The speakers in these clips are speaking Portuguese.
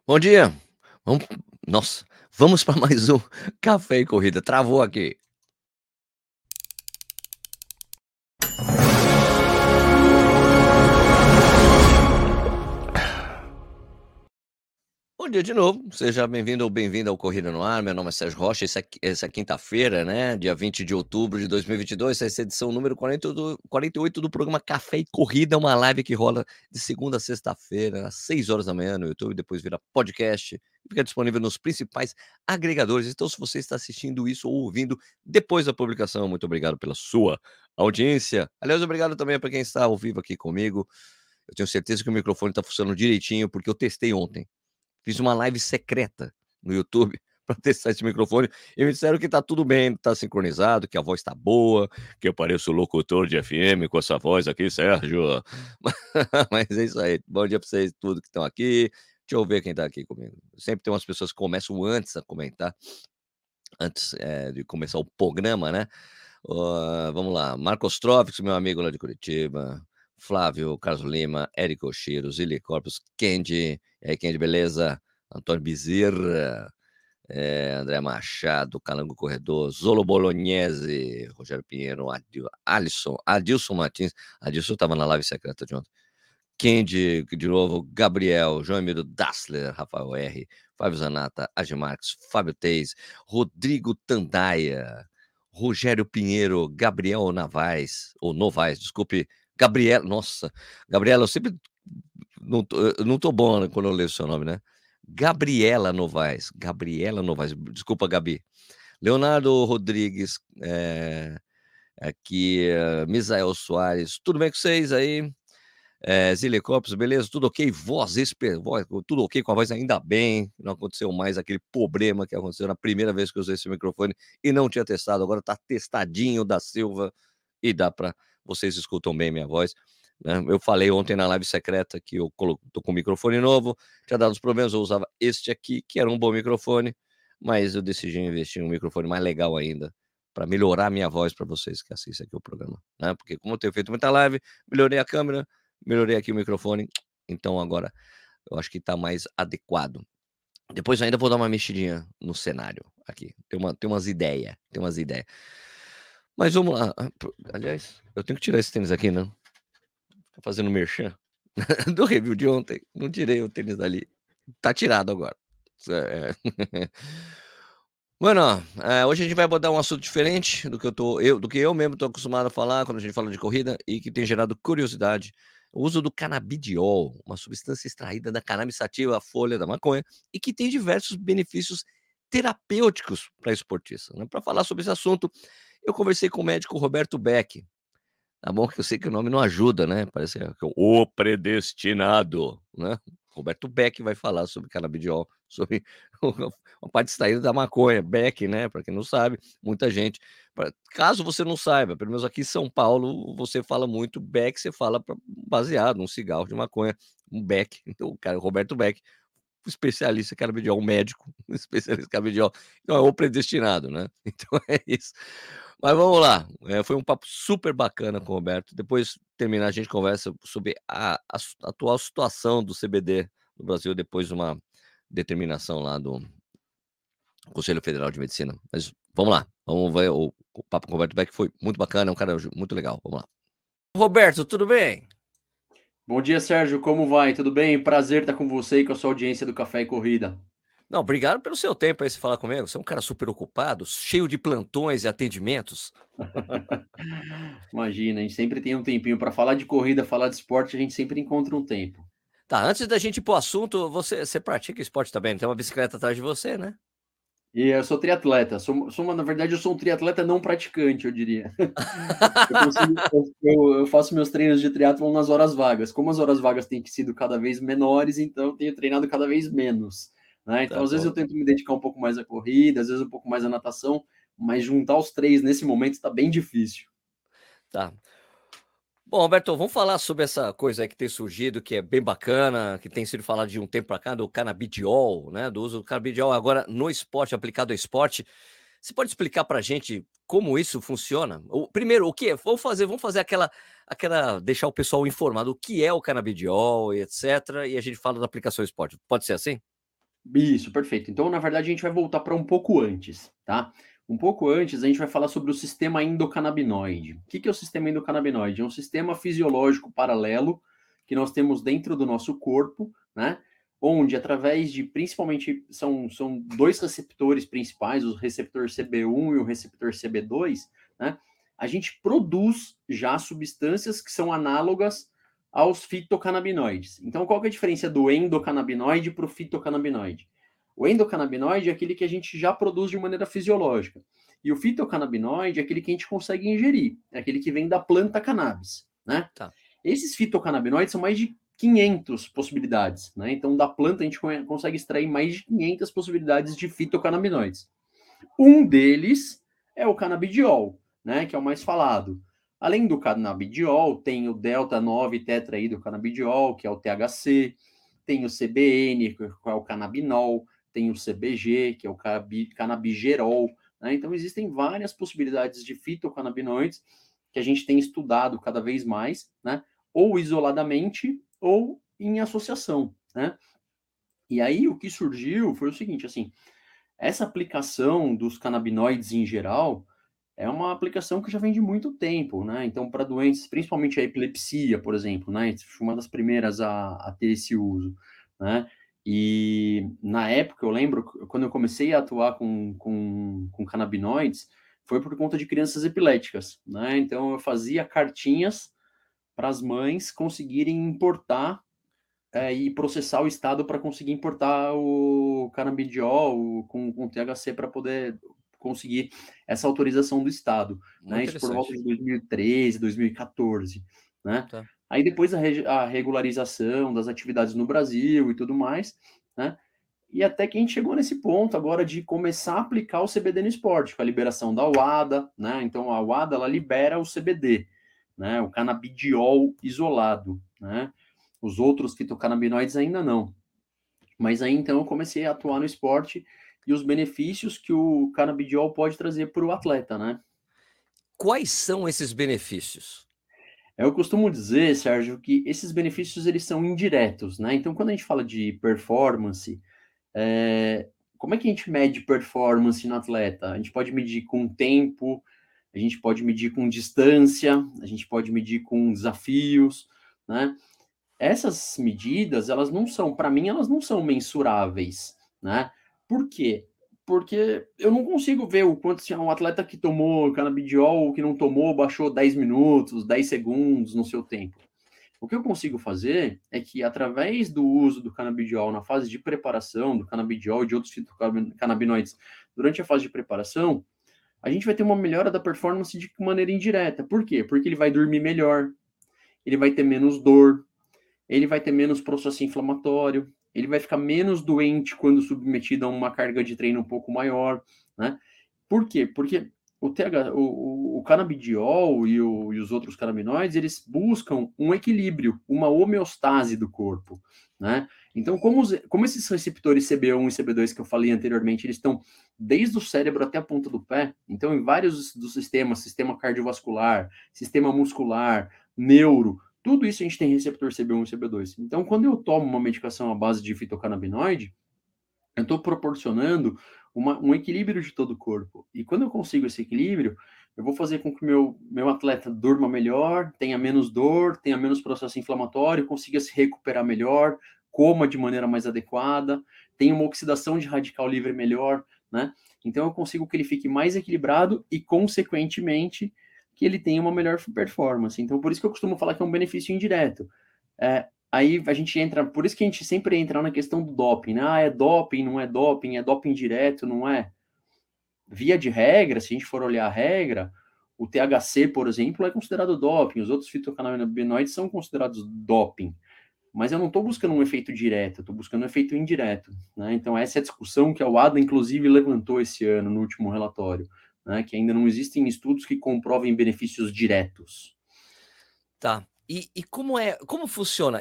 Bom dia. Vamos nossa, vamos para mais um Café e Corrida. Travou aqui. Bom dia de novo, seja bem-vindo ou bem-vinda ao Corrida no Ar. Meu nome é Sérgio Rocha. Essa é quinta-feira, né, dia 20 de outubro de 2022. Essa é a edição número 48 do programa Café e Corrida, uma live que rola de segunda a sexta-feira, às 6 horas da manhã no YouTube, depois vira podcast e fica disponível nos principais agregadores. Então, se você está assistindo isso ou ouvindo depois da publicação, muito obrigado pela sua audiência. Aliás, obrigado também para quem está ao vivo aqui comigo. Eu tenho certeza que o microfone está funcionando direitinho, porque eu testei ontem. Fiz uma live secreta no YouTube para testar esse microfone e me disseram que tá tudo bem, tá sincronizado, que a voz tá boa, que eu pareço locutor de FM com essa voz aqui, Sérgio. Mas é isso aí. Bom dia para vocês tudo que estão aqui. Deixa eu ver quem tá aqui comigo. Sempre tem umas pessoas que começam antes a comentar, antes, de começar o programa, né. Vamos lá, Marcos Trovics, meu amigo lá de Curitiba, Flávio Carlos Lima, Érico Oshiro, Zili Corpus, Kendi, e aí Kendi, beleza? Antônio Bezerra, André Machado, Calango Corredor, Zolo Bolognese, Rogério Pinheiro, Adilson Martins, Adilson estava na live secreta de ontem, Kendi, de novo, Gabriel, João Emílio Dassler, Rafael R., Fábio Zanata, Agi Marques, Fábio Teis, Rodrigo Tandaia, Rogério Pinheiro, Gabriel Novaes, desculpe, Gabriela, nossa, Gabriela, eu sempre não tô bom, né, quando eu leio o seu nome, né. Gabriela Novaes, desculpa, Gabi. Leonardo Rodrigues, aqui, Misael Soares, tudo bem com vocês aí? Zile Corpus, beleza? Tudo ok? Voz, tudo ok com a voz? Ainda bem, não aconteceu mais aquele problema que aconteceu na primeira vez que eu usei esse microfone e não tinha testado, agora tá testadinho da Silva e dá pra vocês escutam bem minha voz, né. Eu falei ontem na live secreta que eu tô com um microfone novo, tinha dado uns problemas, eu usava este aqui, que era um bom microfone, mas eu decidi investir em um microfone mais legal ainda, pra melhorar a minha voz pra vocês que assistem aqui o programa, né, porque como eu tenho feito muita live, melhorei a câmera, melhorei aqui o microfone, então agora eu acho que tá mais adequado. Depois eu ainda vou dar uma mexidinha no cenário aqui, tem umas ideia. Mas vamos lá, aliás, eu tenho que tirar esse tênis aqui, né, tá fazendo merchan do review de ontem, não tirei o tênis dali, tá tirado agora. É. Bueno, hoje a gente vai abordar um assunto diferente do que eu mesmo tô acostumado a falar quando a gente fala de corrida e que tem gerado curiosidade. O uso do canabidiol, uma substância extraída da cannabis sativa, a folha da maconha, e que tem diversos benefícios terapêuticos para esportista, né. Pra falar sobre esse assunto, eu conversei com o médico Roberto Beck, tá bom que eu sei que o nome não ajuda, né, parece que é o predestinado, né. Roberto Beck vai falar sobre canabidiol, sobre uma parte extraída da maconha, Beck, né, pra quem não sabe, muita gente caso você não saiba, pelo menos aqui em São Paulo, você fala muito Beck, você fala pra baseado num cigarro de maconha, um Beck, então o cara Roberto Beck, especialista em canabidiol, um médico, especialista em canabidiol, então é o predestinado, né, então é isso. Mas vamos lá, foi um papo super bacana com o Roberto, depois terminar a gente conversa sobre a atual situação do CBD no Brasil depois de uma determinação lá do Conselho Federal de Medicina, mas vamos lá, vamos ver o papo com o Roberto Beck foi muito bacana, é um cara muito legal, vamos lá. Roberto, tudo bem? Bom dia, Sérgio. Como vai? Tudo bem? Prazer estar com você e com a sua audiência do Café e Corrida. Não, obrigado pelo seu tempo aí, você falar comigo, você é um cara super ocupado, cheio de plantões e atendimentos. Imagina, a gente sempre tem um tempinho para falar de corrida, falar de esporte, a gente sempre encontra um tempo. Tá, antes da gente ir para o assunto, você pratica esporte também, tem uma bicicleta atrás de você, né? E eu sou triatleta, na verdade, eu sou um triatleta não praticante, eu diria. Eu faço meus treinos de triatlon nas horas vagas. Como as horas vagas têm sido cada vez menores, então eu tenho treinado cada vez menos, né? Então, Tá às vezes eu bom, tento me dedicar um pouco mais à corrida, às vezes um pouco mais à natação, mas juntar os 3 nesse momento está bem difícil. tá. Bom, Roberto, vamos falar sobre essa coisa aí que tem surgido, que é bem bacana, que tem sido falado de um tempo para cá, do canabidiol, né, do uso do canabidiol agora no esporte, aplicado ao esporte. Você pode explicar pra gente como isso funciona? Primeiro, o que é? Vamos fazer aquela deixar o pessoal informado, o que é o canabidiol e etcétera, e a gente fala da aplicação ao esporte. Pode ser assim? Isso, perfeito. Então, na verdade, a gente vai voltar para um pouco antes, tá? Um pouco antes, a gente vai falar sobre o sistema endocannabinoide. O que é o sistema endocannabinoide? É um sistema fisiológico paralelo que nós temos dentro do nosso corpo, né? Onde, através de, principalmente, são dois receptores principais, o receptor CB1 e o receptor CB2, né? A gente produz já substâncias que são análogas aos fitocannabinoides. Então, qual que é a diferença do endocannabinoide para o fitocannabinoide? O endocannabinoide é aquele que a gente já produz de maneira fisiológica. E o fitocannabinoide é aquele que a gente consegue ingerir, é aquele que vem da planta cannabis, né? Tá. Esses fitocannabinoides são mais de 500 possibilidades, né? Então, da planta a gente consegue extrair mais de 500 possibilidades de fitocannabinoides. Um deles é o canabidiol, né, que é o mais falado. Além do canabidiol, tem o delta 9 tetraidrocanabidiol, que é o THC, tem o CBN, que é o canabinol, tem o CBG, que é o canabigerol, né? Então existem várias possibilidades de fitocannabinoides que a gente tem estudado cada vez mais, né? Ou isoladamente ou em associação, né? E aí o que surgiu foi o seguinte, assim, essa aplicação dos canabinoides em geral é uma aplicação que já vem de muito tempo, né? Então, para doenças, principalmente a epilepsia, por exemplo, né? Foi uma das primeiras a ter esse uso, né? E na época, eu lembro, quando eu comecei a atuar com canabinoides, foi por conta de crianças epiléticas, né? Então, eu fazia cartinhas para as mães conseguirem importar e processar o estado para conseguir importar o canabidiol com THC para poder conseguir essa autorização do estado, né? Muito Isso por volta interessante. de 2013, 2014, né? Tá. Aí depois a regularização das atividades no Brasil e tudo mais, né? E até que a gente chegou nesse ponto agora de começar a aplicar o CBD no esporte, com a liberação da UADA, né? Então a UADA ela libera o CBD, né? O canabidiol isolado, né? Os outros fitocannabinoides ainda não. Mas aí então eu comecei a atuar no esporte e os benefícios que o canabidiol pode trazer para o atleta, né? Quais são esses benefícios? Eu costumo dizer, Sérgio, que esses benefícios eles são indiretos, né? Então, quando a gente fala de performance, como é que a gente mede performance no atleta? A gente pode medir com tempo, a gente pode medir com distância, a gente pode medir com desafios, né? Essas medidas, elas não são, para mim, elas não são mensuráveis, né? Por quê? Porque eu não consigo ver o quanto se um atleta que tomou canabidiol ou que não tomou baixou 10 minutos, 10 segundos no seu tempo. O que eu consigo fazer é que, através do uso do canabidiol na fase de preparação, do canabidiol e de outros fitocannabinoides durante a fase de preparação, a gente vai ter uma melhora da performance de maneira indireta. Por quê? Porque ele vai dormir melhor, ele vai ter menos dor, ele vai ter menos processo inflamatório, ele vai ficar menos doente quando submetido a uma carga de treino um pouco maior, né? Por quê? Porque o canabidiol e os outros canabinoides, eles buscam um equilíbrio, uma homeostase do corpo, né? Então, como esses receptores CB1 e CB2 que eu falei anteriormente, eles estão desde o cérebro até a ponta do pé, então em vários dos sistemas, sistema cardiovascular, sistema muscular, neuro, tudo isso a gente tem receptor CB1 e CB2. Então, quando eu tomo uma medicação à base de fitocannabinoide, eu estou proporcionando um equilíbrio de todo o corpo. E quando eu consigo esse equilíbrio, eu vou fazer com que o meu atleta durma melhor, tenha menos dor, tenha menos processo inflamatório, consiga se recuperar melhor, coma de maneira mais adequada, tenha uma oxidação de radical livre melhor, né? Então eu consigo que ele fique mais equilibrado e, consequentemente, que ele tenha uma melhor performance. Então, por isso que eu costumo falar que é um benefício indireto. Aí a gente entra, por isso que a gente sempre entra na questão do doping, né? Ah, é doping, não é doping direto, não é. Via de regra, se a gente for olhar a regra, o THC, por exemplo, é considerado doping, os outros fitocannabinoides são considerados doping. Mas eu não estou buscando um efeito direto, eu estou buscando um efeito indireto, né? Então essa é a discussão que a UADA, inclusive, levantou esse ano no último relatório, né? Que ainda não existem estudos que comprovem benefícios diretos. Tá. E como funciona?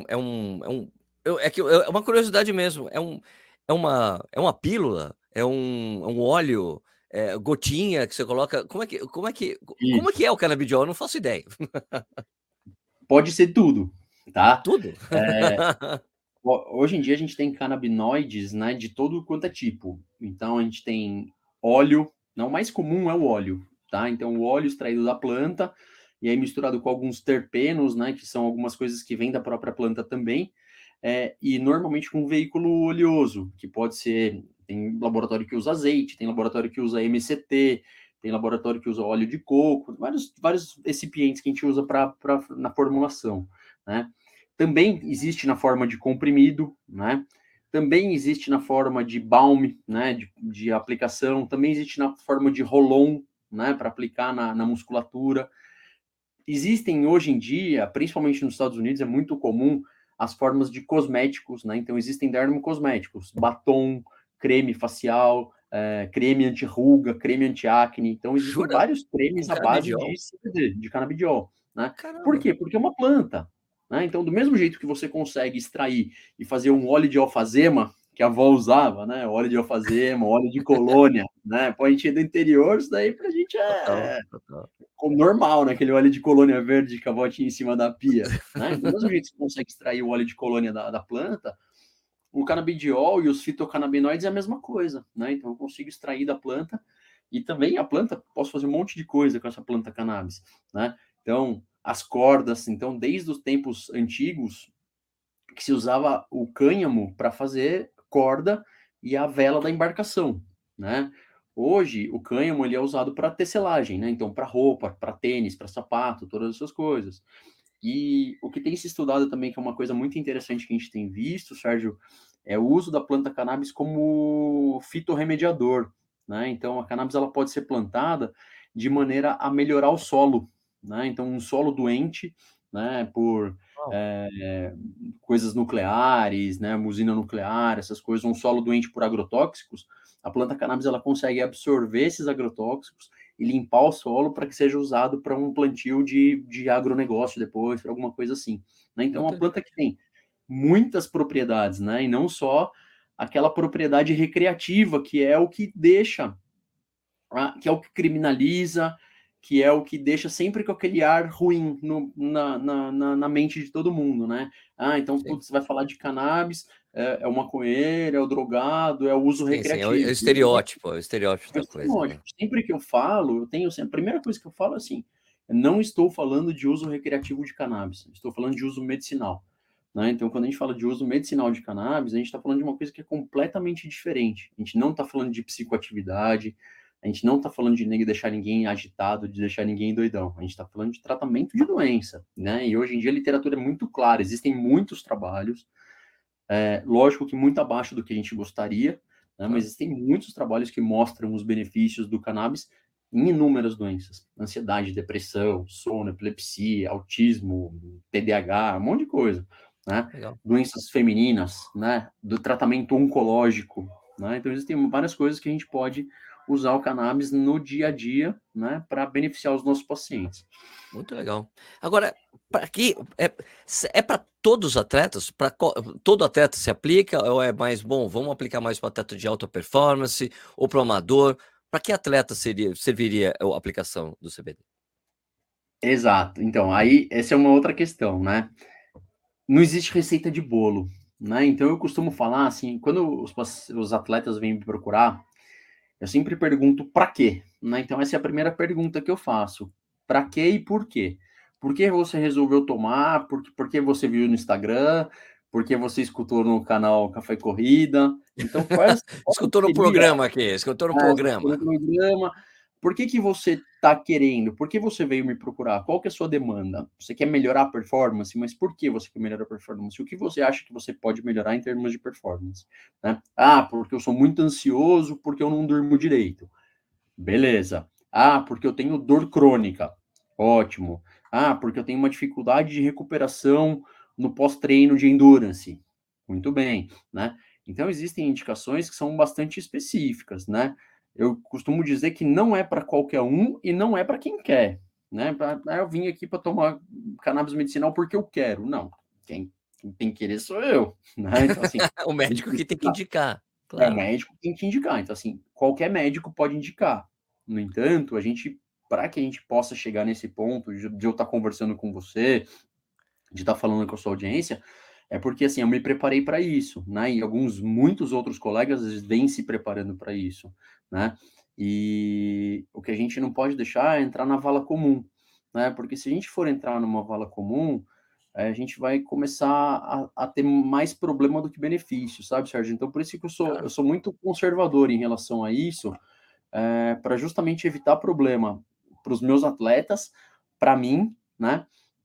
É uma curiosidade mesmo. É uma pílula? É um óleo? É gotinha que você coloca? Como é que Isso. é o canabidiol? Eu não faço ideia. Pode ser tudo, tá? Tudo? Hoje em dia a gente tem canabinoides, né, de todo quanto é tipo. Então a gente tem óleo, não, o mais comum é o óleo, tá? Então o óleo extraído da planta e aí misturado com alguns terpenos, né, que são algumas coisas que vêm da própria planta também, e normalmente com um veículo oleoso, que pode ser, tem laboratório que usa azeite, tem laboratório que usa MCT, tem laboratório que usa óleo de coco, vários recipientes que a gente usa na formulação, né? Também existe na forma de comprimido, né? Também existe na forma de balm, né? De aplicação. Também existe na forma de roll-on, né? Para aplicar na musculatura. Existem hoje em dia, principalmente nos Estados Unidos, é muito comum as formas de cosméticos, né? Então existem dermocosméticos, batom, creme facial, creme anti-ruga, creme anti-acne. Então existem Jura? vários Com cremes à base de canabidiol? CBD, de canabidiol, né? Por Caramba. quê? Porque é uma planta, né? Então do mesmo jeito que você consegue extrair e fazer um óleo de alfazema que a avó usava, né? Óleo de alfazema, óleo de colônia, né? Pô, a gente é do interior, isso daí pra gente Total, é total. normal, né? Aquele óleo de colônia verde que a avó tinha em cima da pia, né? Do mesmo jeito que você consegue extrair o óleo de colônia da planta, o canabidiol e os fitocannabinoides é a mesma coisa, né? Então eu consigo extrair da planta e também a planta, posso fazer um monte de coisa com essa planta cannabis, né? Então, as cordas, então desde os tempos antigos que se usava o cânhamo para fazer corda e a vela da embarcação, né? Hoje, o cânhamo ele é usado para tecelagem, né? Então, para roupa, para tênis, para sapato, todas essas coisas. E o que tem se estudado também, que é uma coisa muito interessante que a gente tem visto, Sérgio, é o uso da planta cannabis como fitorremediador, né? Então, a cannabis ela pode ser plantada de maneira a melhorar o solo, né? Então, um solo doente, né, por Uau. é, coisas nucleares, né, usina nuclear, essas coisas, um solo doente por agrotóxicos, a planta cannabis ela consegue absorver esses agrotóxicos e limpar o solo para que seja usado para um plantio de agronegócio depois, para alguma coisa assim. Né? Então, é Muito uma planta que tem muitas propriedades, né? E não só aquela propriedade recreativa, que é o que deixa, que é o que criminaliza, que é o que deixa sempre com aquele ar ruim na mente de todo mundo, né? Ah, então, sim. putz, você vai falar de cannabis, é o maconheiro, é o drogado, é o uso Sim, sim, é recreativo. o estereótipo da coisa, né? Sempre que eu falo, eu tenho a primeira coisa que eu falo é assim, eu não estou falando de uso recreativo de cannabis, estou falando de uso medicinal. Né? Então, quando a gente fala de uso medicinal de cannabis, a gente está falando de uma coisa que é completamente diferente. A gente não está falando de psicoatividade, a gente não está falando de deixar ninguém agitado, de deixar ninguém doidão. A gente está falando de tratamento de doença. Né? E hoje em dia a literatura é muito clara, existem muitos trabalhos, lógico que muito abaixo do que a gente gostaria, né, mas Claro. existem muitos trabalhos que mostram os benefícios do cannabis em inúmeras doenças. Ansiedade, depressão, sono, epilepsia, autismo, TDAH, um monte de coisa. Né? Legal. Doenças femininas, né? Do tratamento oncológico. Né? Então, existem várias coisas que a gente pode usar o cannabis no dia a dia, né, para beneficiar os nossos pacientes. Muito legal. Agora, para que é para todos os atletas? Para todo atleta se aplica ou é mais bom? Vamos aplicar mais para atleta de alta performance ou para o amador? Para que atleta serviria a aplicação do CBD? Exato. Então, aí essa é uma outra questão, né? Não existe receita de bolo, né? Então eu costumo falar assim, quando os atletas vêm me procurar, eu sempre pergunto para quê, né? Então essa é a primeira pergunta que eu faço. Para quê e por quê? Por que você resolveu tomar? Por que você viu no Instagram? Por que você escutou no canal Café e Corrida? Então qual Escutou no seria programa aqui, escutou no programa. no programa. Por que que você está querendo? Por que você veio me procurar? Qual que é a sua demanda? Você quer melhorar a performance, mas por que você quer melhorar a performance? O que você acha que você pode melhorar em termos de performance? Né? Ah, porque eu sou muito ansioso, porque eu não durmo direito. Beleza. Ah, porque eu tenho dor crônica. Ótimo. Ah, porque eu tenho uma dificuldade de recuperação no pós-treino de endurance. Muito bem, né? Então existem indicações que são bastante específicas, né? Eu costumo dizer que não é para qualquer um e não é para quem quer, né? Eu vim aqui para tomar cannabis medicinal porque eu quero. Não, quem tem que querer sou eu, né? Então assim, O médico que tem que indicar, é o claro. médico que tem que indicar. Então, assim, qualquer médico pode indicar. No entanto, para que a gente possa chegar nesse ponto de eu estar conversando com você, de estar falando com a sua audiência, é porque, assim, eu me preparei para isso, né? E muitos outros colegas vêm se preparando para isso, né? E o que a gente não pode deixar é entrar na vala comum, né? Porque se a gente for entrar numa vala comum, a gente vai começar a ter mais problema do que benefício, sabe, Sérgio? Então, por isso que eu Claro. sou muito conservador em relação a isso, para justamente evitar problema para os meus atletas, para mim, né?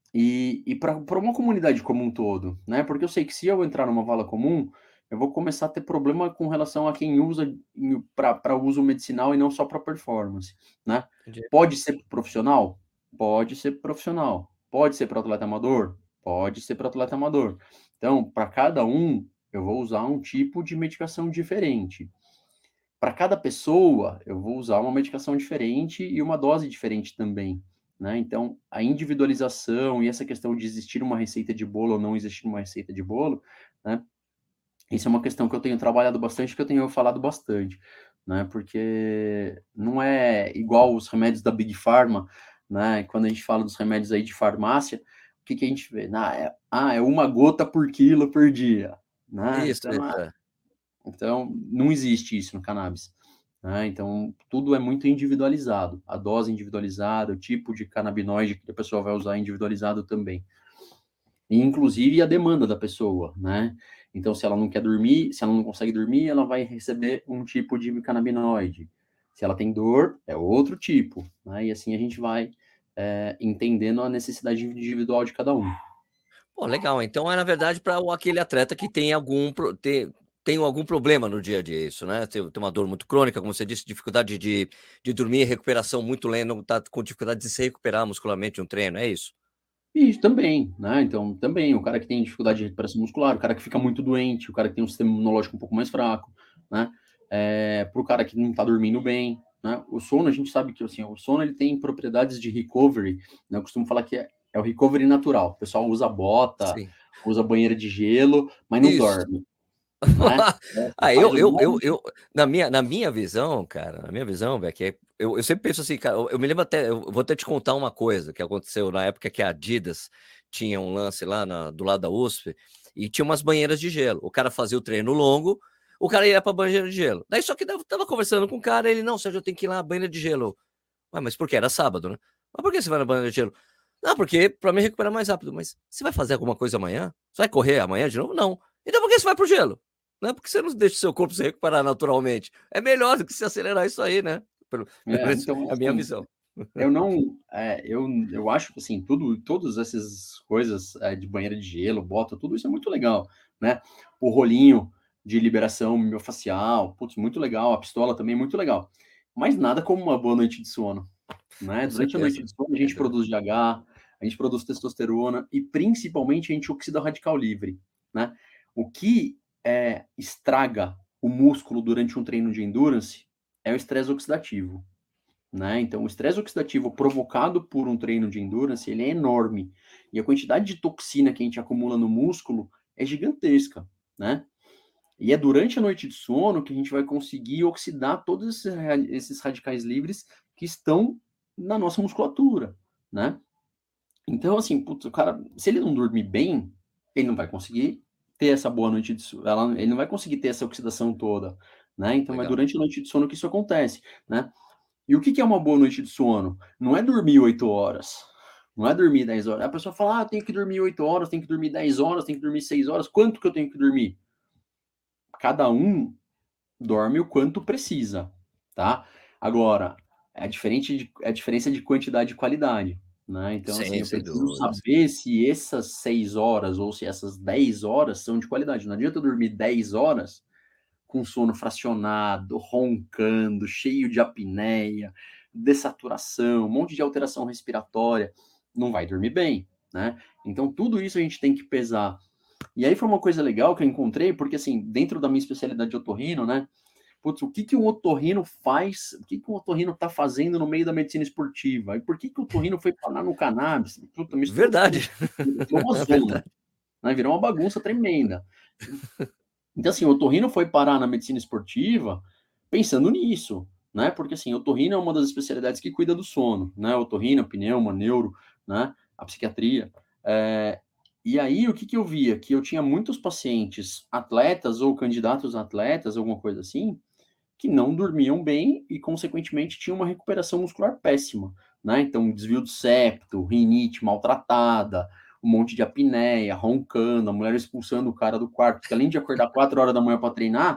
E para uma comunidade como um todo, né? Porque eu sei que se eu entrar numa vala comum, eu vou começar a ter problema com relação a quem usa para uso medicinal e não só para performance, né? Entendi. Pode ser profissional? Pode ser profissional. Pode ser para atleta amador? Pode ser para atleta amador. Então, para cada um, eu vou usar um tipo de medicação diferente. Para cada pessoa, eu vou usar uma medicação diferente e uma dose diferente também, né? Então, a individualização e essa questão de existir uma receita de bolo ou não existir uma receita de bolo, né? Isso é uma questão que eu tenho trabalhado bastante, que eu tenho falado bastante, né? Porque não é igual os remédios da Big Pharma, né? Quando a gente fala dos remédios aí de farmácia, o que que a gente vê? É uma gota por quilo por dia, né? Isso, isso, é. Então, não existe isso no cannabis, né? Então, tudo é muito individualizado. A dose individualizada, o tipo de canabinoide que a pessoa vai usar individualizado também. E, inclusive, a demanda da pessoa, né? Então, se ela não quer dormir, se ela não consegue dormir, ela vai receber um tipo de canabinoide. Se ela tem dor, é outro tipo, né? E assim a gente vai entendendo a necessidade individual de cada um. Pô, legal. Então é, na verdade, para aquele atleta que tem tem algum problema no dia a dia, isso, né? Tem uma dor muito crônica, como você disse, dificuldade de dormir, recuperação muito lenta, tá com dificuldade de se recuperar muscularmente de um treino, é isso? Isso também, né, então também, o cara que tem dificuldade de recuperação muscular, o cara que fica muito doente, o cara que tem um sistema imunológico um pouco mais fraco, né, para o cara que não tá dormindo bem, né, o sono a gente sabe que, assim, o sono ele tem propriedades de recovery, né, eu costumo falar que é o recovery natural, o pessoal usa bota, Sim. usa banheira de gelo, mas não Isso. dorme, né, você Ah, faz um monte. eu na minha visão, cara, na minha visão, velho, que eu sempre penso assim, cara, eu me lembro até eu vou até te contar uma coisa que aconteceu na época que a Adidas tinha um lance lá do lado da USP, e tinha umas banheiras de gelo. O cara fazia o treino longo, o cara ia pra banheira de gelo. Daí só que eu estava conversando com o cara, ele: "Não, Sérgio, eu tenho que ir lá na banheira de gelo". Ué, mas por quê? Era sábado, né. "Mas por que você vai na banheira de gelo?". "Não, porque pra me recuperar mais rápido". "Mas você vai fazer alguma coisa amanhã? Você vai correr amanhã de novo?". "Não". "Então por que você vai para o gelo?". "Não, porque você não deixa o seu corpo se recuperar naturalmente". É melhor do que se acelerar isso aí, né. Pelo menos Então, é a minha assim, visão. eu não, eu acho que assim, todas essas coisas de banheira de gelo, bota, tudo isso é muito legal, né? O rolinho de liberação miofascial, putz, muito legal, a pistola também muito legal. Mas nada como uma boa noite de sono, né? Com Durante a noite certeza, de sono a sem gente dúvida. produz GH, a gente produz testosterona e principalmente a gente oxida o radical livre, né? O que estraga o músculo durante um treino de endurance é o estresse oxidativo, né? Então, o estresse oxidativo provocado por um treino de endurance, ele é enorme. E a quantidade de toxina que a gente acumula no músculo é gigantesca, né? E é durante a noite de sono que a gente vai conseguir oxidar todos esses radicais livres que estão na nossa musculatura, né? Então, assim, putz, o cara, se ele não dormir bem, ele não vai conseguir ter essa boa noite de sono, ele não vai conseguir ter essa oxidação toda, né? Então, é Legal. durante a noite de sono que isso acontece, né? E o que que é uma boa noite de sono? Não é dormir 8 horas, não é dormir 10 horas. A pessoa fala: "Ah, eu tenho que dormir 8 horas, tenho que dormir 10 horas, tenho que dormir 6 horas". Quanto que eu tenho que dormir? Cada um dorme o quanto precisa, tá? Agora, é a diferença de quantidade e qualidade, né? Então, assim, Sim, eu sem preciso dúvidas. saber se essas 6 horas ou se essas 10 horas são de qualidade. Não adianta eu dormir 10 horas com sono fracionado, roncando, cheio de apneia, dessaturação, um monte de alteração respiratória, não vai dormir bem, né? Então, tudo isso a gente tem que pesar. E aí foi uma coisa legal que eu encontrei, porque assim, dentro da minha especialidade de otorrino, né? Putz, o que que um otorrino faz, o que que um otorrino tá fazendo no meio da medicina esportiva? E por que que o otorrino foi parar no cannabis? Puta, misturou tudo, Verdade. virou uma zona, Verdade. né? Virou uma bagunça tremenda. Então, assim, o otorrino foi parar na medicina esportiva pensando nisso, né? Porque, assim, otorrino é uma das especialidades que cuida do sono, né? Otorrino, pneuma, neuro, né? A psiquiatria. E aí, o que que eu via? Que eu tinha muitos pacientes atletas ou candidatos a atletas, alguma coisa assim, que não dormiam bem e, consequentemente, tinham uma recuperação muscular péssima, né? Então, desvio do septo, rinite maltratada, um monte de apneia, roncando, a mulher expulsando o cara do quarto, porque além de acordar 4 horas da manhã para treinar,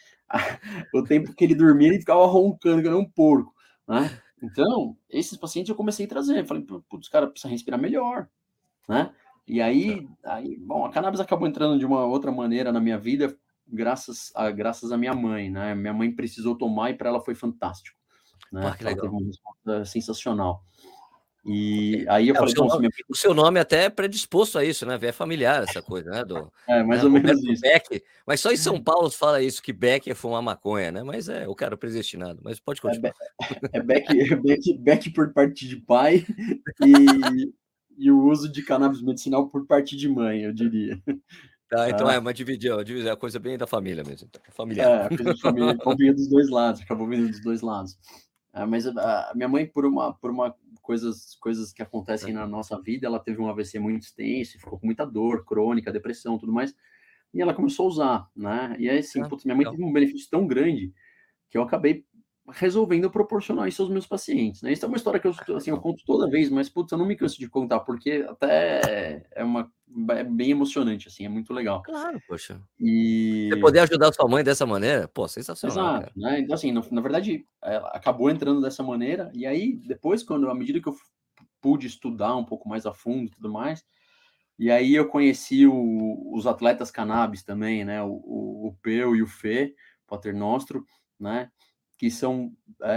o tempo que ele dormia, ele ficava roncando, que era um porco, né? Então, esses pacientes eu comecei a trazer, falei, putz, cara, precisa respirar melhor, né? E aí, bom, a cannabis acabou entrando de uma outra maneira na minha vida, graças à minha mãe, né? Minha mãe precisou tomar e para ela foi fantástico, Pô, né? que Porque ela teve legal. uma resposta sensacional. Ok. E aí eu É, falei, bom, se minha o seu nome até é predisposto a isso, né? É familiar essa coisa, né? Do, é né? mais ou menos Roberto isso. Beck. Mas só em São Paulo se fala isso, que Beck é fumar maconha, né? Mas é o cara predestinado. Mas pode É, continuar. back por parte de pai e, e o uso de cannabis medicinal por parte de mãe, eu diria. Tá, então Tá? é uma divisão, é a coisa bem da família mesmo, então, familiar. É, a coisa de família acabou vindo dos dois lados. Mas a minha mãe, por uma coisas que acontecem na nossa vida, ela teve um AVC muito extenso, ficou com muita dor crônica, depressão, tudo mais, e ela começou a usar, né? E aí, assim, Ah, putz, minha mãe legal. teve um benefício tão grande que eu acabei resolvendo proporcionar isso aos meus pacientes, né? Isso é uma história que eu Legal. conto toda vez, mas, putz, eu não me canso de contar, porque até é bem emocionante, assim, é muito legal. Claro, poxa. Você E poder ajudar sua mãe dessa maneira, pô, sensacional, exato, cara. né? Então, assim, na verdade, acabou entrando dessa maneira, e aí, depois, à medida que eu pude estudar um pouco mais a fundo e tudo mais, e aí eu conheci os atletas cannabis também, né? O Peu e o Fê, Paternostro, né? Que são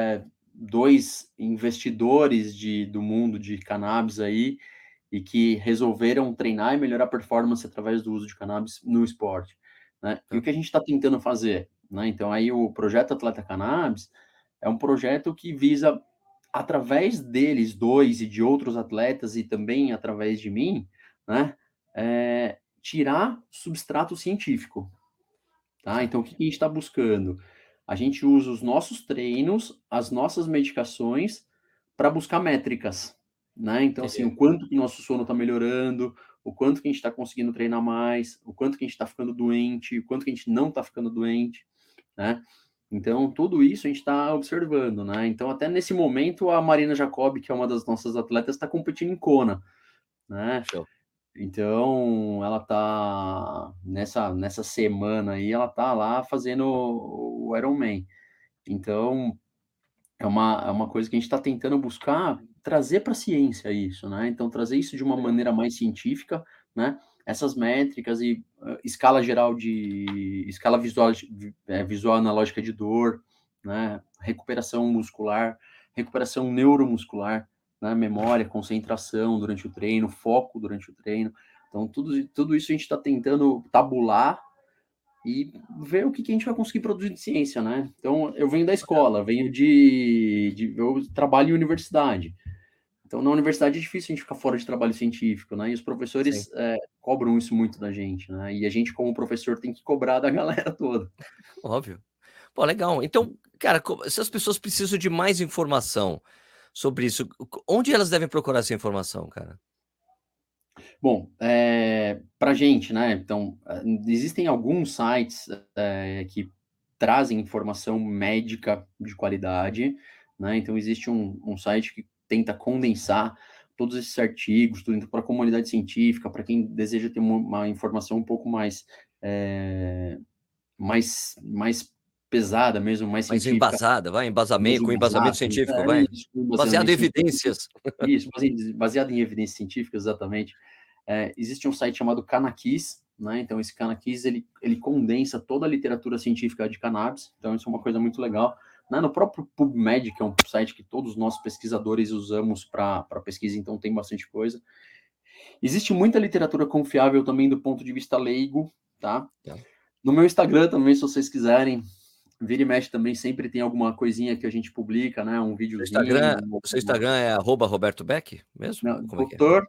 dois investidores do mundo de cannabis aí, e que resolveram treinar e melhorar a performance através do uso de cannabis no esporte, né? E o Tá. que a gente está tentando fazer, né? Então aí o projeto Atleta Cannabis é um projeto que visa, através deles dois e de outros atletas e também através de mim, né? Tirar substrato científico, tá? Tá. Então o que a gente está buscando? A gente usa os nossos treinos, as nossas medicações para buscar métricas, né? Então, assim, Entendi. o quanto que nosso sono está melhorando, o quanto que a gente está conseguindo treinar mais, o quanto que a gente está ficando doente, o quanto que a gente não está ficando doente, né? Então, tudo isso a gente está observando, né? Então, até nesse momento, a Marina Jacobi, que é uma das nossas atletas, está competindo em Kona, né? Show. Então, ela tá nessa semana aí, ela tá lá fazendo o Ironman. Então, é uma coisa que a gente está tentando buscar trazer para a ciência isso, né? Então, trazer isso de uma Legal. maneira mais científica, né? Essas métricas e escala geral escala visual, visual analógica de dor, né? Recuperação muscular, recuperação neuromuscular, né? Memória, concentração durante o treino, foco durante o treino. Então, tudo isso a gente está tentando tabular e ver o que a gente vai conseguir produzir de ciência, né? Então, eu venho da escola, eu trabalho em universidade. Então, na universidade é difícil a gente ficar fora de trabalho científico, né? E os Sim, professores cobram isso muito da gente, né? E a gente, como professor, tem que cobrar da galera toda. óbvio. Pô, legal. Então, cara, se as pessoas precisam de mais informação sobre isso, onde elas devem procurar essa informação, cara? Bom, para gente, né? Então, existem alguns sites que trazem informação médica de qualidade, né? Então, existe um site que tenta condensar todos esses artigos, tudo para a comunidade científica, para quem deseja ter uma informação um pouco mais pesada mesmo, mais Mais científica, embasada, vai, mais com embasamento embasada, científico, vai. isso, com Baseado em embasamento científico, evidências. isso, baseado em evidências científicas, exatamente. Existe um site chamado Cannakis, né? Então, esse Cannakis, ele condensa toda a literatura científica de cannabis, então isso é uma coisa muito legal. Né? No próprio PubMed, que é um site que todos nós pesquisadores usamos para pesquisa, então tem bastante coisa. Existe muita literatura confiável também do ponto de vista leigo, tá? Tá. No meu Instagram também, se vocês quiserem, vira e mexe também, sempre tem alguma coisinha que a gente publica, né? Um videozinho, O seu Instagram é @Roberto Beck mesmo? não, Como é que é? doutor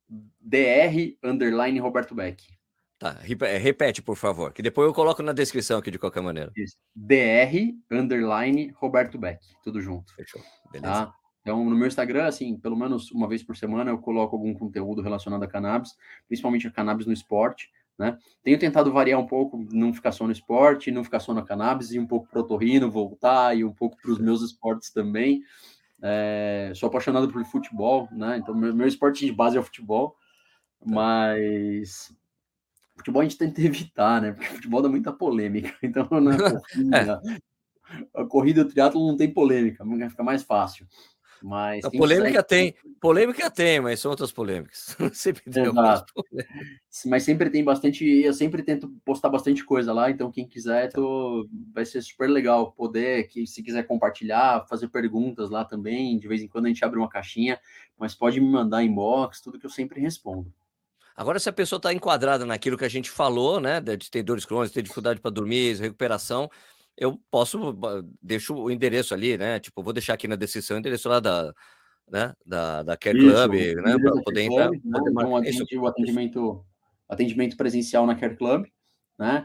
Dr. Roberto Beck. Tá, repete, por favor, que depois eu coloco na descrição aqui de qualquer maneira. Isso. Dr. Roberto Beck. Tudo junto. Fechou, beleza. Tá? Então, no meu Instagram, assim, pelo menos uma vez por semana eu coloco algum conteúdo relacionado a cannabis, principalmente a cannabis no esporte, né? Tenho tentado variar um pouco, não ficar só no esporte, não ficar só na cannabis, e um pouco pro otorrino, voltar, e um pouco para os meus esportes também. Sou apaixonado por futebol, né? Então, meu esporte de base é o futebol, Tá. mas futebol a gente tenta evitar, né? Porque futebol dá muita polêmica. Então, na É, corrida, a corrida e o triatlo não tem polêmica, fica mais fácil. Mas a quem quiser. polêmica tem, mas são outras polêmicas. Sempre tem algumas Exato. polêmicas. Mas sempre tem bastante. Eu sempre tento postar bastante coisa lá, então quem quiser, Tá. vai ser super legal poder, que se quiser compartilhar, fazer perguntas lá também. De vez em quando a gente abre uma caixinha, mas pode me mandar inbox, tudo que eu sempre respondo. Agora, se a pessoa está enquadrada naquilo que a gente falou, né, de ter dores crônicas, ter dificuldade para dormir, recuperação, eu posso, deixo o endereço ali, né, tipo, vou deixar aqui na descrição o endereço lá da Care Isso, Club, o né, endereço para da Care poder entrar, Club, né? poder Então marcar isso. atende o Isso. atendimento presencial na Care Club, né?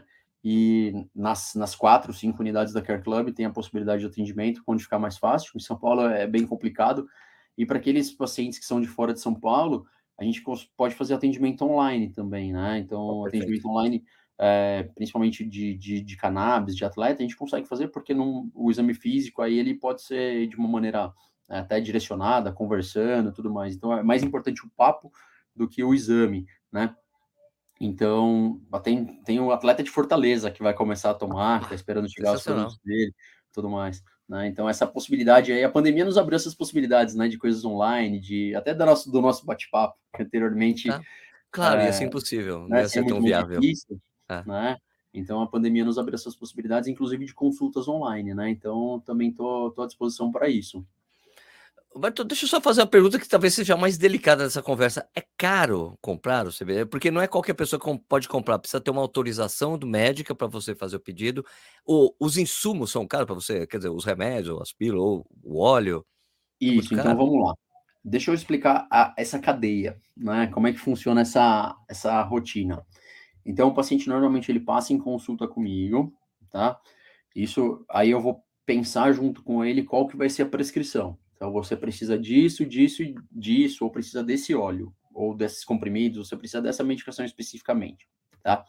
E nas 4, 5 unidades da Care Club tem a possibilidade de atendimento, onde ficar mais fácil. Em São Paulo é bem complicado. E para aqueles pacientes que são de fora de São Paulo, a gente pode fazer atendimento online também, né? Oh, Então, perfeito. atendimento online, principalmente de cannabis, de atleta, a gente consegue fazer porque o exame físico aí ele pode ser de uma maneira até direcionada, conversando, tudo mais. Então, é mais importante o papo do que o exame, né? Então, tem o atleta de Fortaleza que vai começar a tomar, que está Ah, esperando chegar os sensacional. produtos dele, tudo mais, né? Então, essa possibilidade aí, a pandemia nos abriu essas possibilidades, né? De coisas online, até do nosso bate-papo, que anteriormente, Tá. Claro, ia ser impossível, não né, ia seria ser tão muito viável. difícil, É. né? Então, a pandemia nos abriu essas possibilidades, inclusive de consultas online, né? Então, também tô à disposição para isso. Roberto, deixa eu só fazer uma pergunta que talvez seja a mais delicada dessa conversa. É caro comprar o CBD? Porque não é qualquer pessoa que pode comprar, precisa ter uma autorização do médica para você fazer o pedido. Os insumos são caros para você? Quer dizer, os remédios, as pílulas, ou o óleo, é muito Isso, então caro? vamos lá. Deixa eu explicar essa cadeia, né? Como é que funciona essa rotina. Então, o paciente normalmente ele passa em consulta comigo, tá? Isso, aí eu vou pensar junto com ele qual que vai ser a prescrição. Então, você precisa disso, disso e disso, ou precisa desse óleo, ou desses comprimidos, você precisa dessa medicação especificamente, tá?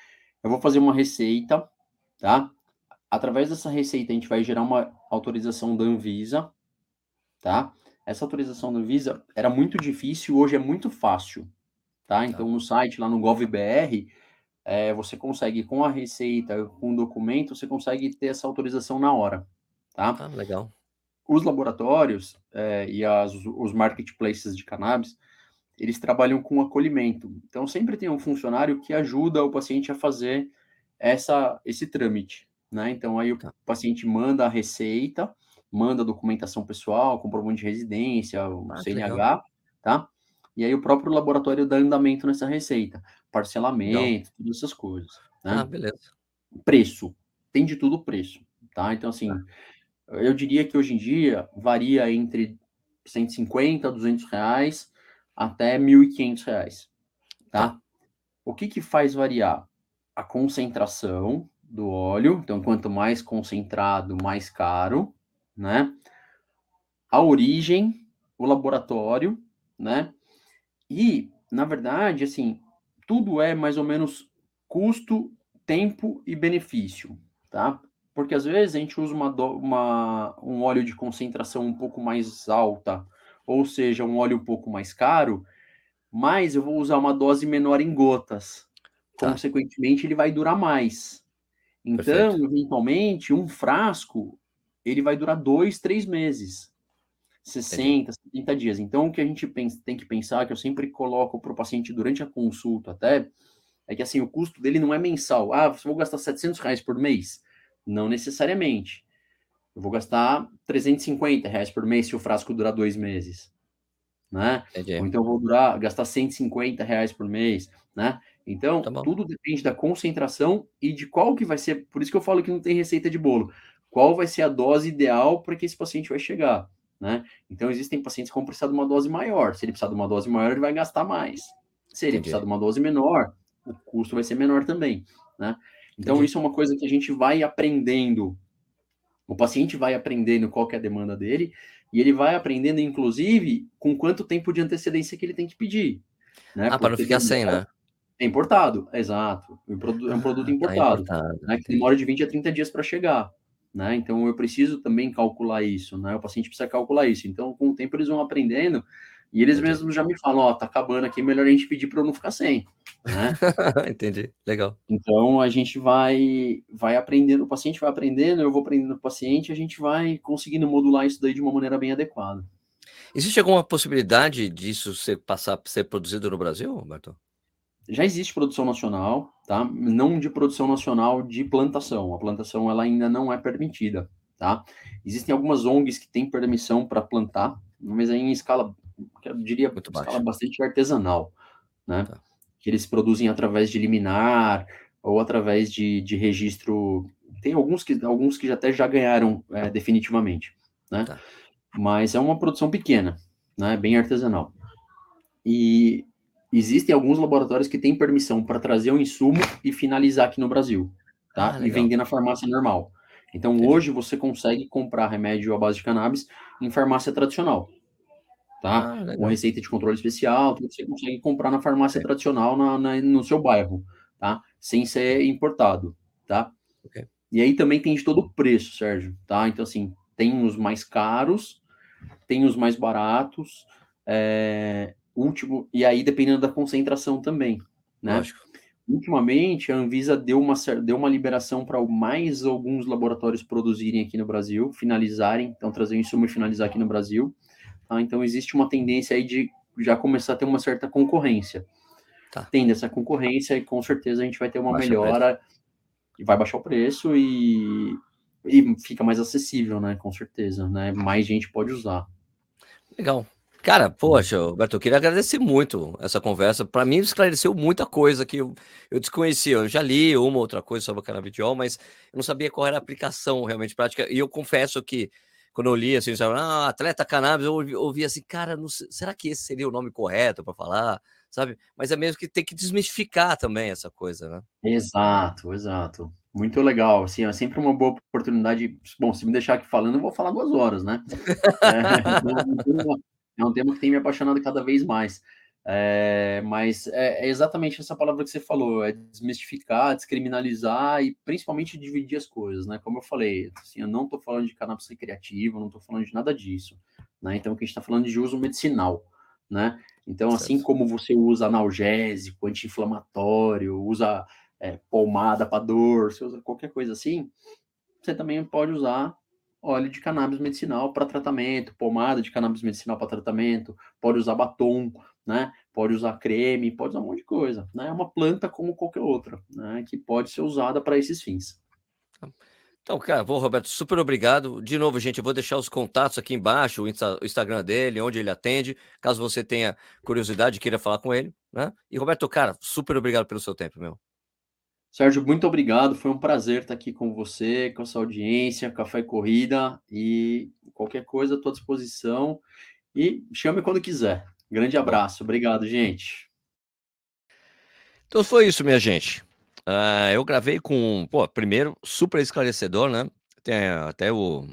Eu vou fazer uma receita, tá? Através dessa receita, a gente vai gerar uma autorização da Anvisa, tá? Essa autorização da Anvisa era muito difícil, hoje é muito fácil, tá? Tá. Então, no site, lá no GovBR, você consegue, com a receita, com o documento, você consegue ter essa autorização na hora, tá? Ah, legal. Os laboratórios e os marketplaces de cannabis, eles trabalham com acolhimento. Então, sempre tem um funcionário que ajuda o paciente a fazer esse trâmite, né? Então, aí o Tá. paciente manda a receita, manda a documentação pessoal, comprovante de residência, o Ah, que legal. CNH, tá? E aí o próprio laboratório dá andamento nessa receita, Legal. parcelamento, todas essas coisas, Ah, né? beleza. Preço, tem de tudo preço, tá? Então, Tá. assim, eu diria que hoje em dia varia entre 150, R$ 200 até R$ 1.500, Tá. tá? O que que faz variar? A concentração do óleo, então quanto mais concentrado, mais caro, né? A origem, o laboratório, né? E, na verdade, assim, tudo é mais ou menos custo, tempo e benefício, tá? Porque às vezes a gente usa um óleo de concentração um pouco mais alta, ou seja, um óleo um pouco mais caro, mas eu vou usar uma dose menor em gotas. Tá. Consequentemente, ele vai durar mais. Então, Perfeito. eventualmente, um frasco, ele vai durar 2, 3 meses. Entendi. 60, 70 dias. Então, o que a gente tem que pensar, que eu sempre coloco para o paciente durante a consulta até, é que assim, o custo dele não é mensal. Ah, você vou gastar R$ 700 por mês? Não necessariamente. Eu vou gastar R$ 350 por mês se o frasco durar 2 meses, né? Ou Entendi. então eu vou gastar R$ 150 por mês, né? Tá Então, bom. tudo depende da concentração e de qual que vai ser, por isso que eu falo que não tem receita de bolo. Qual vai ser a dose ideal para que esse paciente vai chegar, né? Então, existem pacientes que vão precisar de uma dose maior. Se ele precisar de uma dose maior, ele vai gastar mais. Se ele precisar Entendi. de uma dose menor, o custo vai ser menor também, né? Então, Entendi. isso é uma coisa que a gente vai aprendendo, o paciente vai aprendendo qual que é a demanda dele, E ele vai aprendendo, inclusive, com quanto tempo de antecedência que ele tem que pedir, né? Para não Porque ficar tem sem, né? é importado, exato. É um produto Ah, tá importado, importado, né, que entendi, demora de 20 a 30 dias para chegar, né? Então eu preciso também calcular isso, né? O paciente precisa calcular isso. Então, com o tempo eles vão aprendendo e eles entendi. mesmos já me falam, ó, tá acabando aqui, melhor a gente pedir para eu não ficar sem, né? Entendi, legal. Então a gente vai aprendendo, o paciente vai aprendendo, eu vou aprendendo com o paciente, a gente vai conseguindo modular isso daí de uma maneira bem adequada. Existe alguma possibilidade disso passar a ser produzido no Brasil, Roberto? Já existe produção nacional, tá? Não de produção nacional de plantação. A plantação ela ainda não é permitida, tá? Existem algumas ONGs que têm permissão para plantar, mas aí em escala, eu diria, Muito escala baixo, bastante artesanal, né? tá, Que eles produzem através de liminar ou através de registro. Tem alguns que até já ganharam definitivamente, né? tá. Mas é uma produção pequena, né? Bem artesanal. E existem alguns laboratórios que têm permissão para trazer o insumo e finalizar aqui no Brasil, tá? Ah, E legal, vender na farmácia normal. Então, entendi. hoje você consegue comprar remédio à base de cannabis em farmácia tradicional, tá? Ah, Com legal, receita de controle especial, tudo você consegue comprar na farmácia ok, tradicional no seu bairro, tá? Sem ser importado, tá? ok. E aí também tem de todo o preço, Sérgio, tá? Então, assim, tem os mais caros, tem os mais baratos, último, e aí dependendo da concentração também, né? Lógico, Ultimamente, a Anvisa deu uma liberação para mais alguns laboratórios produzirem aqui no Brasil, finalizarem, então trazer o insumo e finalizar aqui no Brasil. Tá? Então, existe uma tendência aí de já começar a ter uma certa concorrência. tá, Tendo essa concorrência, e com certeza a gente vai ter uma baixa preço. melhora e vai baixar o preço e fica mais acessível, né? Com certeza, né? Mais gente pode usar. Legal. Cara, poxa, Roberto, eu queria agradecer muito essa conversa. Para mim, esclareceu muita coisa que eu desconhecia. Eu já li uma outra coisa sobre o canabidiol, mas eu não sabia qual era a aplicação realmente prática. E eu confesso que, quando eu li, assim, sabe, atleta cannabis, eu ouvi assim, cara, será que esse seria o nome correto para falar? Sabe? Mas é mesmo que tem que desmistificar também essa coisa, né? Exato, exato. Muito legal, assim, é sempre uma boa oportunidade. Bom, se me deixar aqui falando, eu vou falar 2 horas, né. É um tema que tem me apaixonado cada vez mais. Mas é exatamente essa palavra que você falou, é desmistificar, descriminalizar e principalmente dividir as coisas, né. Como eu falei, assim, eu não estou falando de cannabis recreativo, não estou falando de nada disso, né. Então aqui a gente está falando de uso medicinal, né. Então, assim Certo. como você usa analgésico, anti-inflamatório, usa pomada para dor, você usa qualquer coisa assim, você também pode usar óleo de cannabis medicinal para tratamento, pomada de cannabis medicinal para tratamento, pode usar batom, né? Pode usar creme, pode usar um monte de coisa, né? É uma planta como qualquer outra, né? Que pode ser usada para esses fins. Então, cara, bom, Roberto, super obrigado. De novo, gente, eu vou deixar os contatos aqui embaixo, o Instagram dele, onde ele atende, caso você tenha curiosidade e queira falar com ele, né? E, Roberto, cara, super obrigado pelo seu tempo, meu. Sérgio, muito obrigado. Foi um prazer estar aqui com você, com a sua audiência, Café e Corrida e qualquer coisa à tua disposição. E chame quando quiser. Grande Bom, abraço. Obrigado, gente. então foi isso, minha gente. Eu gravei com, pô, primeiro, super esclarecedor, né? Tem até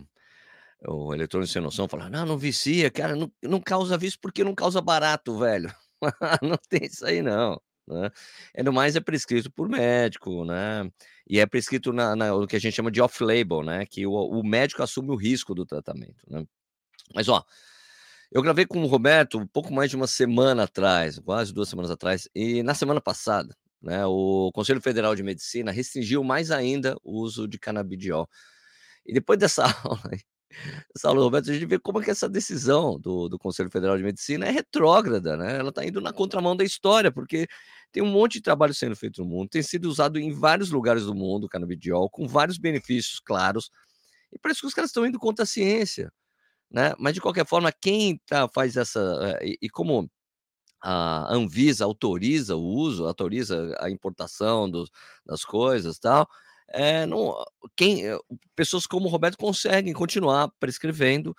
o Eletrônico Sem Noção falando, não vicia, cara, não causa vício porque não causa barato, velho. Não tem isso aí não, né. No mais é prescrito por médico, né, e é prescrito no que a gente chama de off label, né, que o médico assume o risco do tratamento, né. Mas ó, eu gravei com o Roberto um pouco mais de uma semana atrás, quase 2 semanas atrás, e na semana passada, né, o Conselho Federal de Medicina restringiu mais ainda o uso de canabidiol. E depois dessa aula Saulo Roberto, a gente vê como é que essa decisão do Conselho Federal de Medicina é retrógrada, né, ela está indo na contramão da história, porque tem um monte de trabalho sendo feito no mundo, tem sido usado em vários lugares do mundo o canabidiol, com vários benefícios claros, e parece que os caras estão indo contra a ciência, né. Mas de qualquer forma, quem faz essa, e como a Anvisa autoriza o uso, autoriza a importação das coisas, tal, não quem pessoas como o Roberto conseguem continuar prescrevendo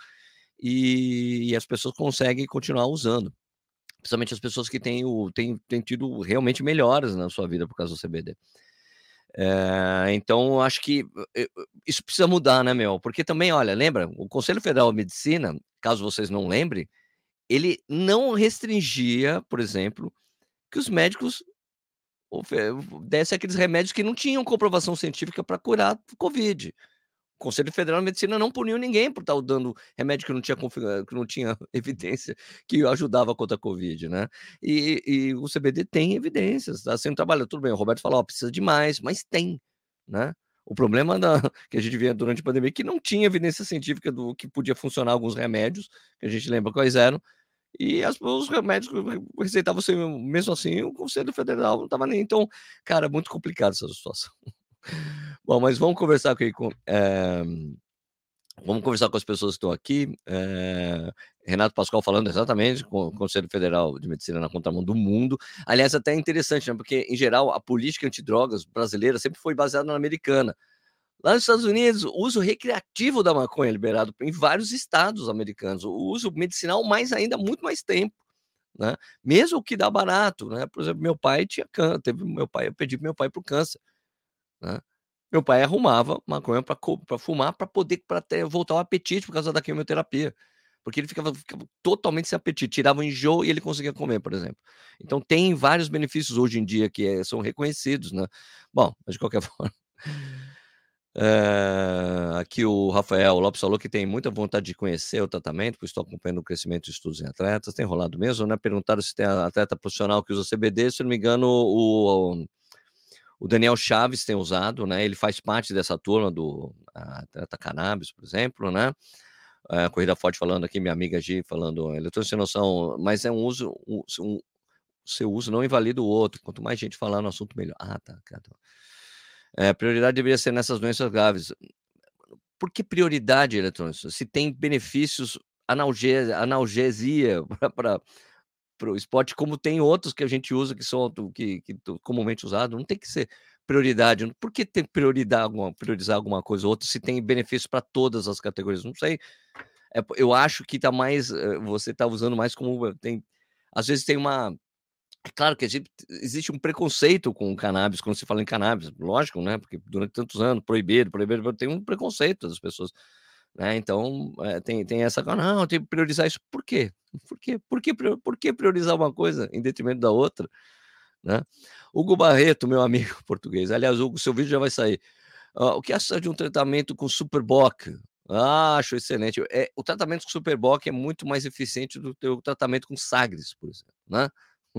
e as pessoas conseguem continuar usando, principalmente as pessoas que têm tido realmente melhoras na sua vida por causa do CBD. Então, acho que isso precisa mudar, né, meu? Porque também, olha, lembra, o Conselho Federal de Medicina, caso vocês não lembrem, ele não restringia, por exemplo, que os médicos ofe dessem aqueles remédios que não tinham comprovação científica para curar o Covid. O Conselho Federal de Medicina não puniu ninguém por estar dando remédio que não tinha evidência que ajudava contra a Covid, né. E o CBD tem evidências, está sendo trabalhado. Tudo bem, o Roberto falou: "Ó, precisa de mais", mas tem, né. O problema da que a gente via durante a pandemia é que não tinha evidência científica do que podia funcionar alguns remédios, que a gente lembra quais eram, e os remédios que receitavam você mesmo assim, o Conselho Federal não estava nem então, cara, muito complicado essa situação. Bom, mas vamos conversar aqui vamos conversar com as pessoas que estão aqui. Renato Pascoal falando exatamente com o Conselho Federal de Medicina na contramão do mundo. Aliás, até é interessante, né? Porque, em geral, a política antidrogas brasileira sempre foi baseada na americana. Lá nos Estados Unidos, o uso recreativo da maconha é liberado em vários estados americanos. O uso medicinal, mais ainda, muito mais tempo, né? Mesmo o que dá barato, né? Por exemplo, meu pai tinha câncer, eu pedi pro meu pai pro câncer, né. Meu pai arrumava maconha para fumar, para poder para ter voltar o apetite por causa da quimioterapia, porque ele ficava totalmente sem apetite, tirava o enjoo e ele conseguia comer, por exemplo. Então tem vários benefícios hoje em dia que, são reconhecidos, né. Bom, mas de qualquer forma, aqui o Rafael Lopes falou que tem muita vontade de conhecer o tratamento, pois estou acompanhando o crescimento de estudos em atletas. Tem rolado mesmo, né. Perguntaram se tem atleta profissional que usa CBD, se eu não me engano o Daniel Chaves tem usado, né, ele faz parte dessa turma do Atleta Cannabis, por exemplo, né. Corrida Forte falando aqui, minha amiga Gi falando: "Eletrônico sem noção, mas é um uso seu uso não invalida o outro, quanto mais gente falar no assunto melhor". Ah, tá, prioridade deveria ser nessas doenças graves. Por que prioridade eletrônicos? Se tem benefícios analgesia para o esporte, como tem outros que a gente usa que são comumente usados, não tem que ser prioridade. Por que ter priorizar alguma coisa ou outra se tem benefício para todas as categorias? Não sei. Eu acho que tá mais, você tá usando mais como tem às vezes tem uma é claro que existe um preconceito com o cannabis quando se fala em cannabis, lógico, né, porque durante tantos anos proibido, tem um preconceito das pessoas, né, então, tem essa: "Ah, não, tem que priorizar isso". Por quê? Por que priorizar uma coisa em detrimento da outra, né? Hugo Barreto, meu amigo português, aliás, Hugo, seu vídeo já vai sair. O que acha de um tratamento com Superboc? Ah, acho excelente. O tratamento com Superboc é muito mais eficiente do que o tratamento com Sagres, por exemplo, né?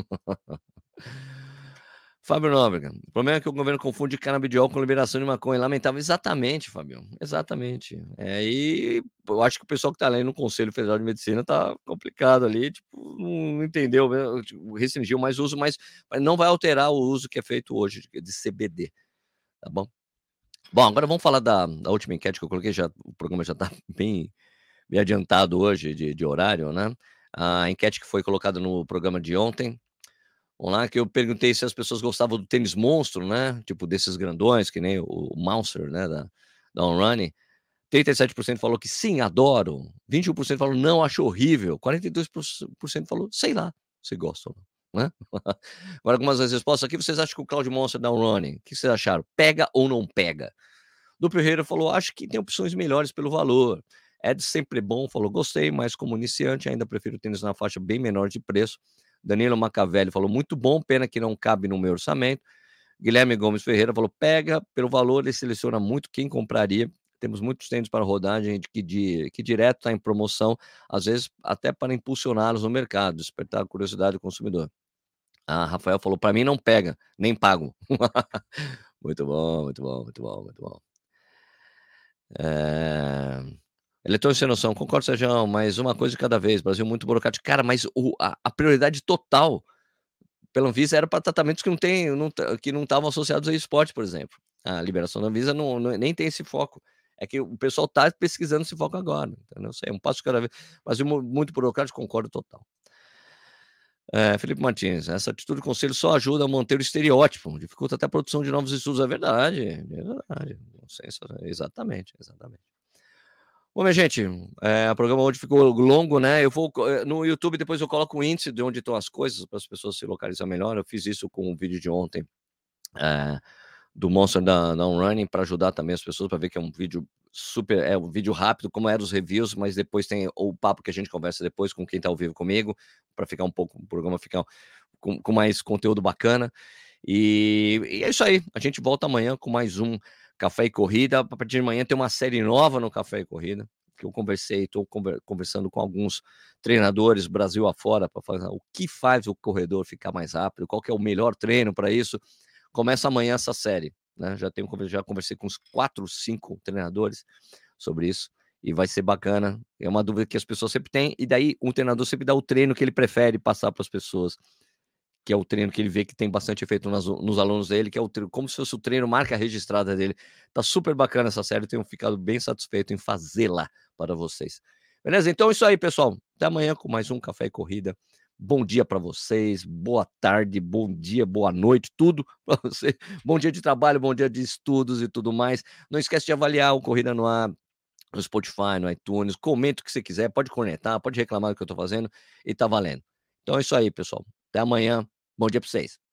Fábio Nóbrega, o problema é que o governo confunde canabidiol com liberação de maconha, lamentável. Exatamente, Fábio, exatamente. E eu acho que o pessoal que está ali no Conselho Federal de Medicina tá complicado ali, tipo, não entendeu, né, tipo, restringiu mais o uso, mas não vai alterar o uso que é feito hoje de CBD, tá bom? Bom, agora vamos falar da última enquete que eu coloquei, já o programa já está bem adiantado hoje de horário, né. A enquete que foi colocada no programa de ontem. Vamos lá, que eu perguntei se as pessoas gostavam do tênis monstro, né, tipo desses grandões, que nem o Monster, né, da On Running. 37% falou que sim, adoro. 21% falou: "Não, acho horrível". 42% falou: "Sei lá, se gosta ou não", né. Agora algumas das respostas aqui, vocês acham que o Cloud Monster da On Running, o que vocês acharam? Pega ou não pega? Do Ferreira falou: "Acho que tem opções melhores pelo valor". Ed Sempre Bom falou: "Gostei, mas como iniciante ainda prefiro tênis na faixa bem menor de preço". Danilo Macavelli falou: "Muito bom, pena que não cabe no meu orçamento". Guilherme Gomes Ferreira falou: "Pega, pelo valor ele seleciona muito quem compraria. Temos muitos tênis para rodagem que direto está em promoção, às vezes até para impulsioná-los no mercado, despertar a curiosidade do consumidor". Rafael falou: "Para mim não pega, nem pago". Muito bom, muito bom, muito bom, muito bom. Eh, Eletrônico sem noção, concordo, Sérgio, mas uma coisa de cada vez, Brasil muito burocrático. Cara, mas a prioridade total pela Anvisa era para tratamentos que não estavam associados a esporte, por exemplo. A liberação da Anvisa nem tem esse foco. É que o pessoal está pesquisando esse foco agora, entendeu? Sei, um passo de cada vez. Brasil muito burocrático, concordo total. Felipe Martins, essa atitude do conselho só ajuda a manter o estereótipo, dificulta até a produção de novos estudos. É verdade, é verdade. Exatamente, exatamente. Bom, minha gente, o programa hoje ficou longo, né? Eu vou no YouTube, depois eu coloco o índice de onde estão as coisas para as pessoas se localizar melhor. Eu fiz isso com o vídeo de ontem, eh, do Monster da Running para ajudar também as pessoas, para ver que é um vídeo super, é um vídeo rápido, como era os reviews, mas depois tem o papo que a gente conversa depois com quem tá ao vivo comigo, para ficar um pouco, o programa ficar com mais conteúdo bacana. E é isso aí, a gente volta amanhã com mais um Café e Corrida. A partir de amanhã tem uma série nova no Café e Corrida, que eu estou conversando com alguns treinadores Brasil afora para fazer o que faz o corredor ficar mais rápido, qual que é o melhor treino para isso. Começa amanhã essa série, né? Já conversei com uns 4, 5 treinadores sobre isso e vai ser bacana. É uma dúvida que as pessoas sempre têm, e daí o treinador sempre dá o treino que ele prefere passar para as pessoas, que é o treino que ele vê que tem bastante efeito nos alunos dele, que é o treino, como se fosse o treino marca registrada dele. Tá super bacana essa série, tenho ficado bem satisfeito em fazê-la para vocês. Beleza? Então é isso aí, pessoal. Até amanhã com mais um Café e Corrida. Bom dia para vocês, boa tarde, bom dia, boa noite, tudo para você. Bom dia de trabalho, bom dia de estudos e tudo mais. Não esquece de avaliar o Corrida no Ar no Spotify, no iTunes. Comenta o que você quiser, pode cornetar, pode reclamar do que eu tô fazendo e tá valendo. Então é isso aí, pessoal. Até amanhã. Bom dia para vocês.